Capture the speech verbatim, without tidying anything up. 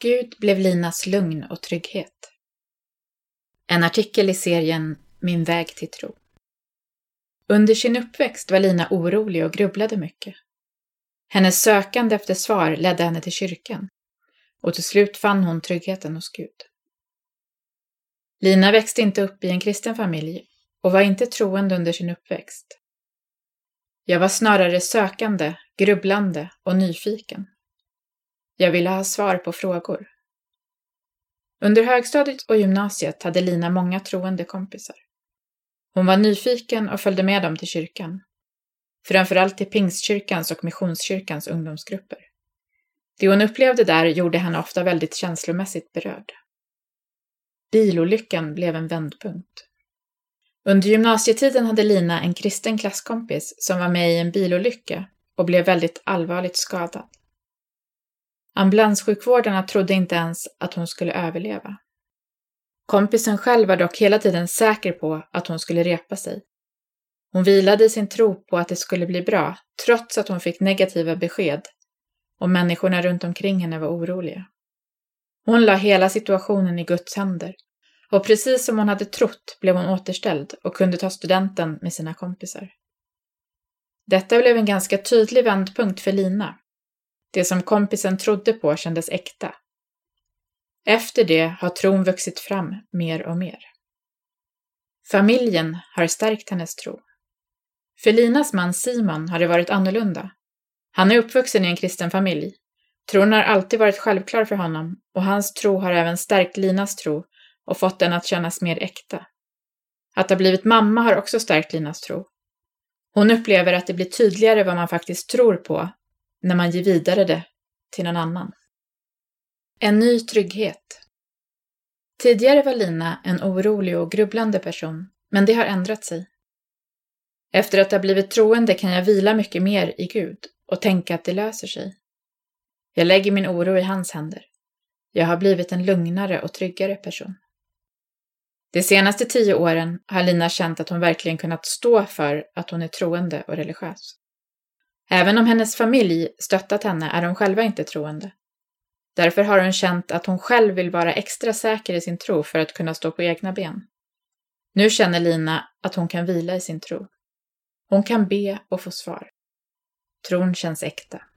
Gud blev Linas lugn och trygghet. En artikel i serien Min väg till tro. Under sin uppväxt var Lina orolig och grubblade mycket. Hennes sökande efter svar ledde henne till kyrkan, och till slut fann hon tryggheten hos Gud. Lina växte inte upp i en kristen familj och var inte troende under sin uppväxt. Jag var snarare sökande, grubblande och nyfiken. Jag ville ha svar på frågor. Under högstadiet och gymnasiet hade Lina många troende kompisar. Hon var nyfiken och följde med dem till kyrkan. Framförallt till Pingstkyrkans och Missionskyrkans ungdomsgrupper. Det hon upplevde där gjorde henne ofta väldigt känslomässigt berörd. Bilolyckan blev en vändpunkt. Under gymnasietiden hade Lina en kristen klasskompis som var med i en bilolycka och blev väldigt allvarligt skadad. Ambulanssjukvårdarna trodde inte ens att hon skulle överleva. Kompisen själv var dock hela tiden säker på att hon skulle repa sig. Hon vilade i sin tro på att det skulle bli bra, trots att hon fick negativa besked och människorna runt omkring henne var oroliga. Hon la hela situationen i Guds händer, och precis som hon hade trott blev hon återställd och kunde ta studenten med sina kompisar. Detta blev en ganska tydlig vändpunkt för Lina. Det som kompisen trodde på kändes äkta. Efter det har tron vuxit fram mer och mer. Familjen har stärkt hennes tro. För Linas man Simon har det varit annorlunda. Han är uppvuxen i en kristen familj. Tron har alltid varit självklar för honom, och hans tro har även stärkt Linas tro och fått den att kännas mer äkta. Att ha blivit mamma har också stärkt Linas tro. Hon upplever att det blir tydligare vad man faktiskt tror på när man ger vidare det till någon annan. En ny trygghet. Tidigare var Lina en orolig och grubblande person, men det har ändrat sig. Efter att ha blivit troende kan jag vila mycket mer i Gud och tänka att det löser sig. Jag lägger min oro i hans händer. Jag har blivit en lugnare och tryggare person. De senaste tio åren har Lina känt att hon verkligen kunnat stå för att hon är troende och religiös. Även om hennes familj stöttat henne är hon själva inte troende. Därför har hon känt att hon själv vill vara extra säker i sin tro för att kunna stå på egna ben. Nu känner Lina att hon kan vila i sin tro. Hon kan be och få svar. Tron känns äkta.